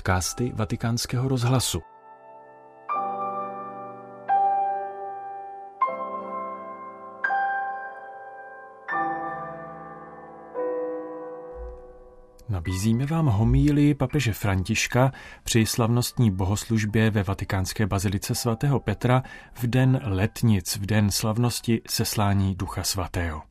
podcasty Vatikánského rozhlasu. Nabízíme vám homílii papeže Františka při slavnostní bohoslužbě ve vatikánské bazilice svatého Petra v den letnic, v den slavnosti seslání Ducha Svatého.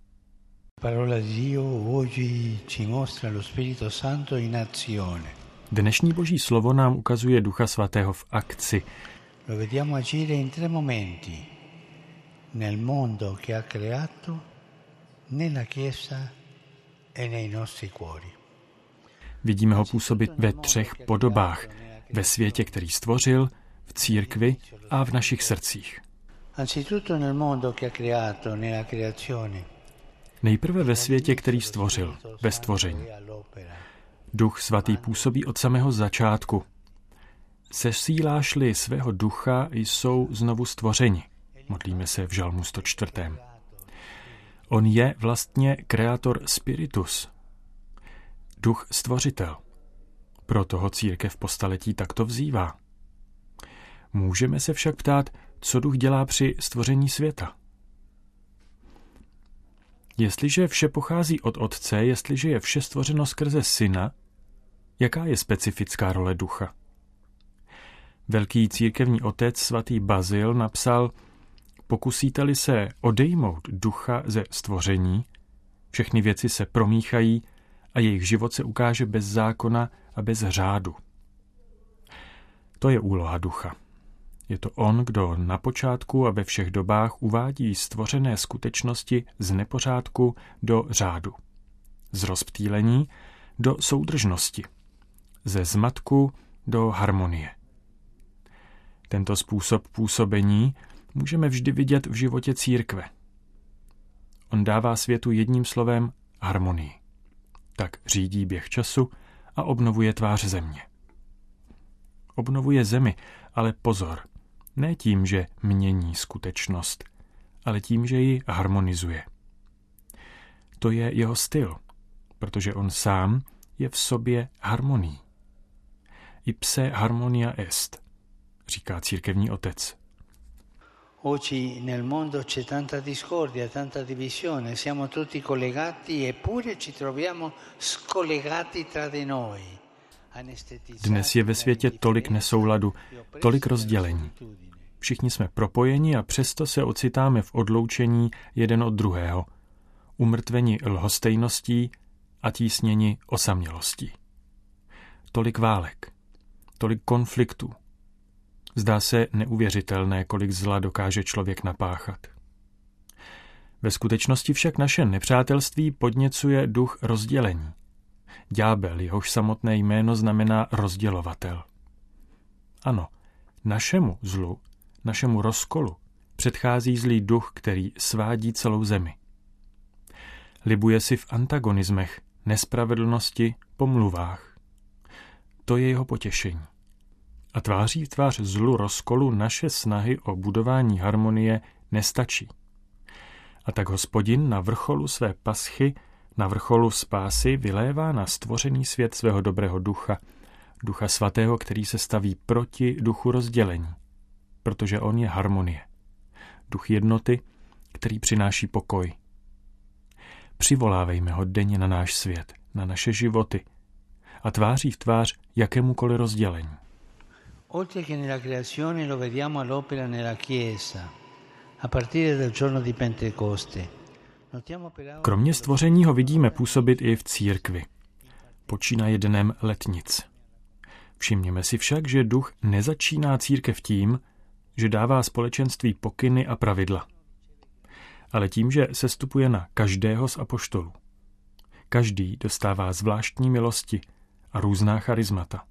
Dnešní Boží slovo nám ukazuje Ducha Svatého v akci. Lo vediamo agire in tre momenti: nel mondo che ha creato, nella Chiesa e nei nostri cuori. Vidíme ho působit ve třech podobách. Ve světě, který stvořil, v církvi a v našich srdcích. Nejprve ve světě, který stvořil, ve stvoření. Duch Svatý působí od samého začátku. Sesíláš-li svého ducha, jsou znovu stvořeni. Modlíme se v žalmu 104. On je vlastně kreator spiritus, duch stvořitel. Proto ho církev po staletí takto vzývá. Můžeme se však ptát, co duch dělá při stvoření světa. Jestliže vše pochází od Otce, jestliže je vše stvořeno skrze Syna, jaká je specifická role ducha? Velký církevní otec svatý Bazil napsal: pokusíte-li se odejmout ducha ze stvoření, všechny věci se promíchají a jejich život se ukáže bez zákona a bez řádu. To je úloha ducha. Je to on, kdo na počátku a ve všech dobách uvádí stvořené skutečnosti z nepořádku do řádu, z rozptýlení do soudržnosti, ze zmatku do harmonie. Tento způsob působení můžeme vždy vidět v životě církve. On dává světu jedním slovem harmonii. Tak řídí běh času a obnovuje tvář země. Obnovuje zemi, ale pozor, ne tím, že mění skutečnost, ale tím, že ji harmonizuje. To je jeho styl, protože on sám je v sobě harmonií. Ipse harmonia est, říká církevní otec. Oggi nel mondo c'è tanta discordia, tanta divisione, siamo tutti collegati eppure ci troviamo scollegati tra di noi. Dnes je ve světě tolik nesouladu, tolik rozdělení. Všichni jsme propojeni a přesto se ocitáme v odloučení jeden od druhého, umrtveni lhostejností a tísněni osamělostí. Tolik válek, tolik konfliktů. Zdá se neuvěřitelné, kolik zla dokáže člověk napáchat. Ve skutečnosti však naše nepřátelství podněcuje duch rozdělení. Ďábel, jehož samotné jméno znamená rozdělovatel. Ano, našemu zlu, našemu rozkolu předchází zlý duch, který svádí celou zemi. Libuje si v antagonismech, nespravedlnosti, pomluvách. To je jeho potěšení. A tváří v tvář zlu rozkolu naše snahy o budování harmonie nestačí. A tak Hospodin na vrcholu své paschy, na vrcholu spásy vylévá na stvořený svět svého dobrého ducha, Ducha Svatého, který se staví proti duchu rozdělení, protože on je harmonie. Duch jednoty, který přináší pokoj. Přivolávejme ho denně na náš svět, na naše životy a tváří v tvář jakémukoliv rozdělení. Oltre che nella creazione lo vediamo all'opera nella Chiesa, a partire dal giorno di Pentecoste. Kromě stvoření ho vidíme působit i v církvi. Počínaje dnem letnic. Všimněme si však, že duch nezačíná církev tím, že dává společenství pokyny a pravidla, ale tím, že sestupuje na každého z apoštolů. Každý dostává zvláštní milosti a různá charismata.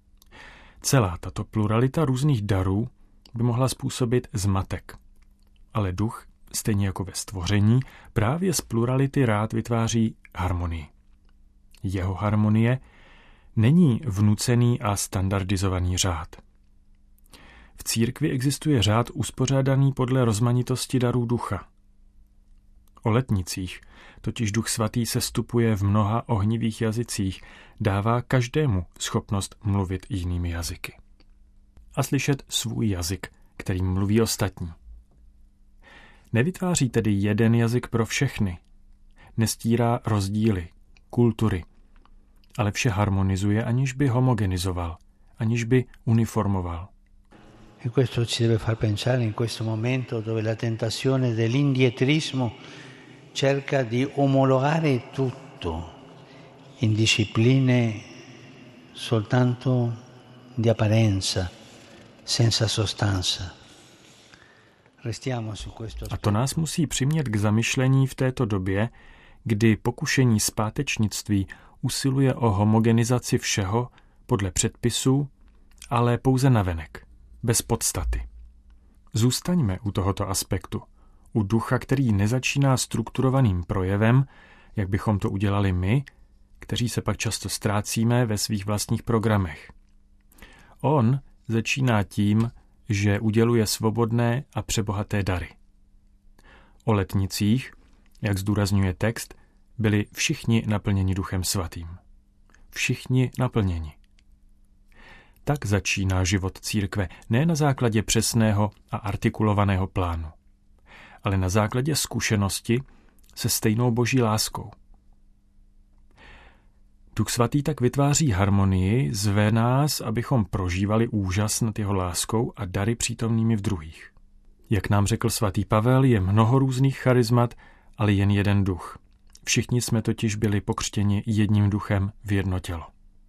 Celá tato pluralita různých darů by mohla způsobit zmatek. Ale duch, stejně jako ve stvoření, právě z plurality rád vytváří harmonii. Jeho harmonie není vnucený a standardizovaný řád. V církvi existuje řád uspořádaný podle rozmanitosti darů ducha. O letnicích totiž Duch Svatý sestupuje v mnoha ohnivých jazycích, dává každému schopnost mluvit jinými jazyky. A slyšet svůj jazyk, kterým mluví ostatní. Nevytváří tedy jeden jazyk pro všechny. Nestírá rozdíly, kultury, ale vše harmonizuje, aniž by homogenizoval, aniž by uniformoval. E questo ci deve far pensare in questo momento dove la tentazione dell'indietrismo cerca di omologare tutto in discipline soltanto di apparenza, senza sostanza. A to nás musí přimět k zamyšlení v této době, kdy pokušení zpátečnictví usiluje o homogenizaci všeho podle předpisů, ale pouze navenek, bez podstaty. Zůstaňme u tohoto aspektu, u ducha, který nezačíná strukturovaným projevem, jak bychom to udělali my, kteří se pak často ztrácíme ve svých vlastních programech. On začíná tím, že uděluje svobodné a přebohaté dary. O letnicích, jak zdůrazňuje text, byli všichni naplněni Duchem Svatým. Všichni naplněni. Tak začíná život církve ne na základě přesného a artikulovaného plánu, ale na základě zkušenosti se stejnou boží láskou. Duch Svatý tak vytváří harmonii, zve nás, abychom prožívali úžas nad jeho láskou a dary přítomnými v druhých. Jak nám řekl svatý Pavel, je mnoho různých charizmat, ale jen jeden duch. Všichni jsme totiž byli pokřtěni jedním duchem v jedno tělo.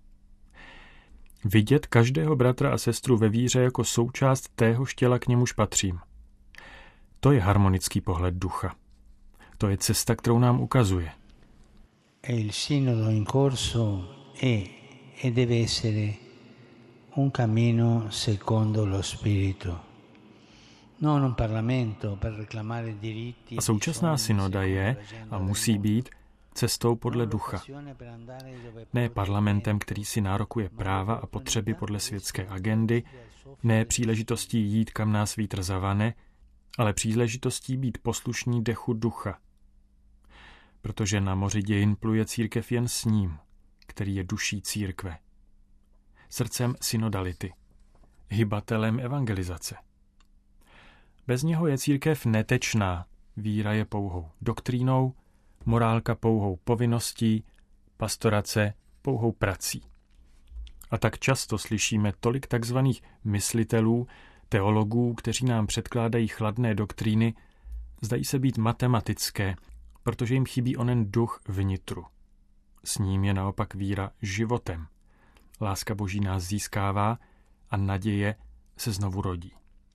Vidět každého bratra a sestru ve víře jako součást téhož těla, k němuž patřím. To je harmonický pohled ducha. To je cesta, kterou nám ukazuje. E il sinodo in corso è e deve essere un cammino secondo lo spirito. Non un parlamento per reclamare diritti. A současná synoda je a musí být cestou podle ducha. Ne parlamentem, který si nárokuje práva a potřeby podle světské agendy, ne příležitostí jít, kam nás vítr zavane, ale příležitostí být poslušní dechu ducha. Protože na moři dějin pluje církev jen s ním, který je duší církve. Srdcem synodality, hybatelem evangelizace. Bez něho je církev netečná, víra je pouhou doktrínou, morálka pouhou povinností, pastorace pouhou prací. A tak často slyšíme tolik takzvaných myslitelů, teologů, kteří nám předkládají chladné doktríny, zdají se být matematické, protože jim chybí onen duch vnitru. S ním je naopak víra životem. Láska Boží nás získává a naděje se znovu rodí.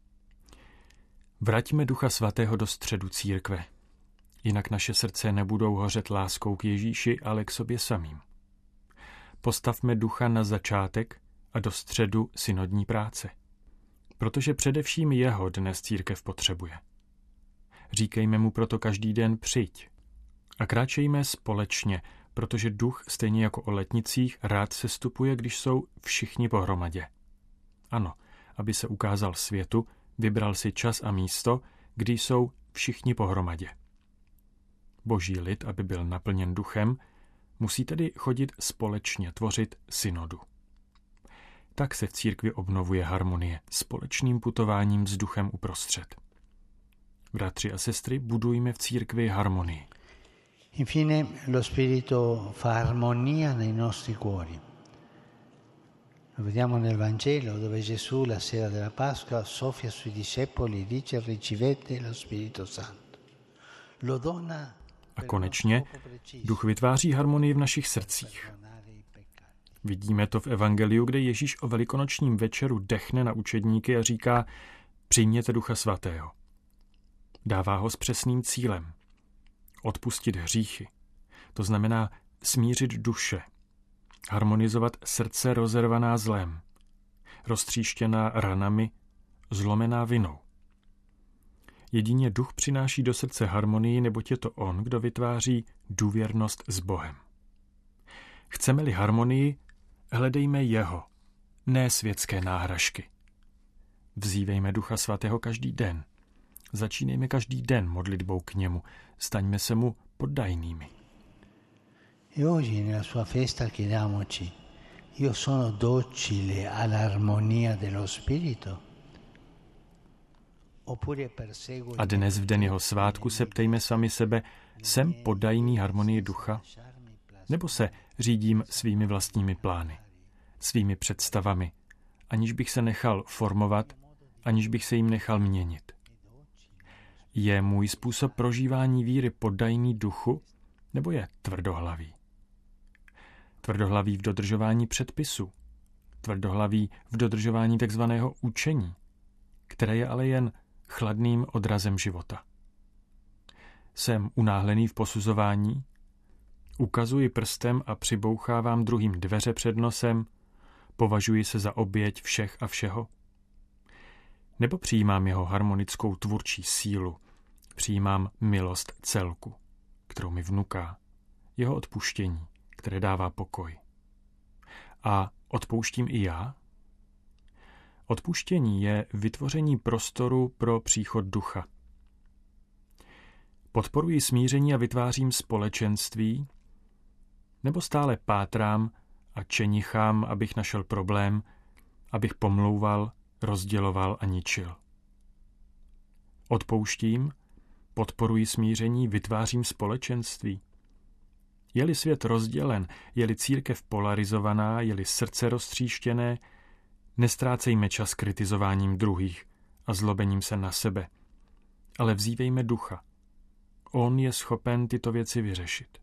Vraťme Ducha Svatého do středu církve. Jinak naše srdce nebudou hořet láskou k Ježíši, ale k sobě samým. Postavme Ducha na začátek a do středu synodní práce. Protože především jeho dnes církev potřebuje. Říkejme mu proto každý den přijď. A kráčejme společně, protože duch, stejně jako o letnicích, rád sestupuje, když jsou všichni pohromadě. Ano, aby se ukázal světu, vybral si čas a místo, kdy jsou všichni pohromadě. Boží lid, aby byl naplněn duchem, musí tedy chodit společně, tvořit synodu. Tak se v církvi obnovuje harmonie společným putováním s duchem uprostřed. Bratři a sestry, budujme v církvi harmonii. Infine, lo Spirito fa armonia nei nostri cuori. Lo vediamo nel Vangelo, dove Gesù la sera della Pasqua soffia sui discepoli e dice ricevete lo Spirito Santo. Lo dona. A konečně duch vytváří harmonii v našich srdcích. Vidíme to v Evangeliu, kde Ježíš o velikonočním večeru dechne na učedníky a říká přijměte Ducha Svatého. Dává ho s přesným cílem. Odpustit hříchy. To znamená smířit duše. Harmonizovat srdce rozervaná zlem. Roztříštěná ranami, zlomená vinou. Jedině duch přináší do srdce harmonii, neboť je to on, kdo vytváří důvěrnost s Bohem. Chceme-li harmonii, hledejme jeho, ne světské náhražky. Vzívejme Ducha Svatého každý den. Začínejme každý den modlitbou k němu. Staňme se mu poddajnými. E oggi nella sua festa chiediamoci: io sono docile all'armonia dello spirito? A dnes v den jeho svátku se ptejme sami sebe, jsem poddajný harmonii ducha? Nebo se řídím svými vlastními plány, svými představami, aniž bych se nechal formovat, aniž bych se jim nechal měnit? Je můj způsob prožívání víry poddajný duchu, nebo je tvrdohlavý? Tvrdohlavý v dodržování předpisu, tvrdohlavý v dodržování takzvaného učení, které je ale jen chladným odrazem života. Jsem unáhlený v posuzování, ukazuji prstem a přibouchávám druhým dveře před nosem, považuji se za oběť všech a všeho? Nebo přijímám jeho harmonickou tvůrčí sílu, přijímám milost celku, kterou mi vnuká, jeho odpuštění, které dává pokoj. A odpouštím i já? Odpuštění je vytvoření prostoru pro příchod ducha. Podporuji smíření a vytvářím společenství, nebo stále pátrám a čenichám, abych našel problém, abych pomlouval, rozděloval a ničil? Odpouštím, podporuji smíření, vytvářím společenství. Je-li svět rozdělen, je-li církev polarizovaná, je-li srdce roztříštěné, nestrácejme čas kritizováním druhých a zlobením se na sebe, ale vzívejme ducha. On je schopen tyto věci vyřešit.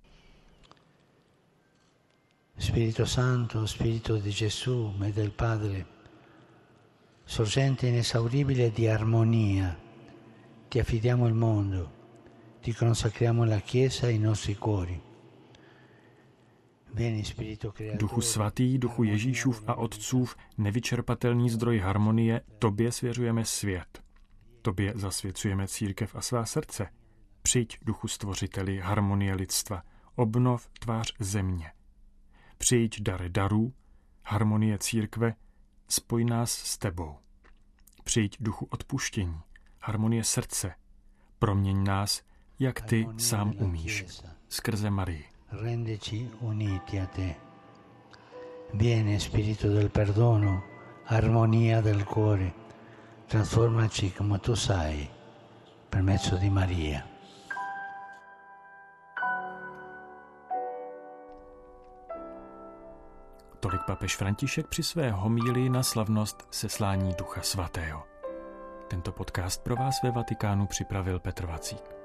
Spirito Santo, Spirito di Gesù e del Padre, sorgente inesauribile di armonia, ti affidiamo il mondo, ti consacriamo la Chiesa e i nostri cuori. Duchu svatý, duchu Ježíšův a otcův, nevyčerpatelný zdroj harmonie, tobě svěřujeme svět. Tobě zasvěcujeme církev a svá srdce. Přijď, duchu stvořiteli, harmonie lidstva, obnov tvář země. Přijď, dare darů, harmonie církve, spoj nás s tebou. Přijď, duchu odpuštění, harmonie srdce, proměň nás, jak ty sám umíš, skrze Marii. Rendici uniti a te. Vieni, Spirito del perdono, armonia del cuore, transformaci come tu sai, per mezzo di Maria. Tolik papež František při své homílii na slavnost seslání Ducha Svatého. Tento podcast pro vás ve Vatikánu připravil Petr Vacík.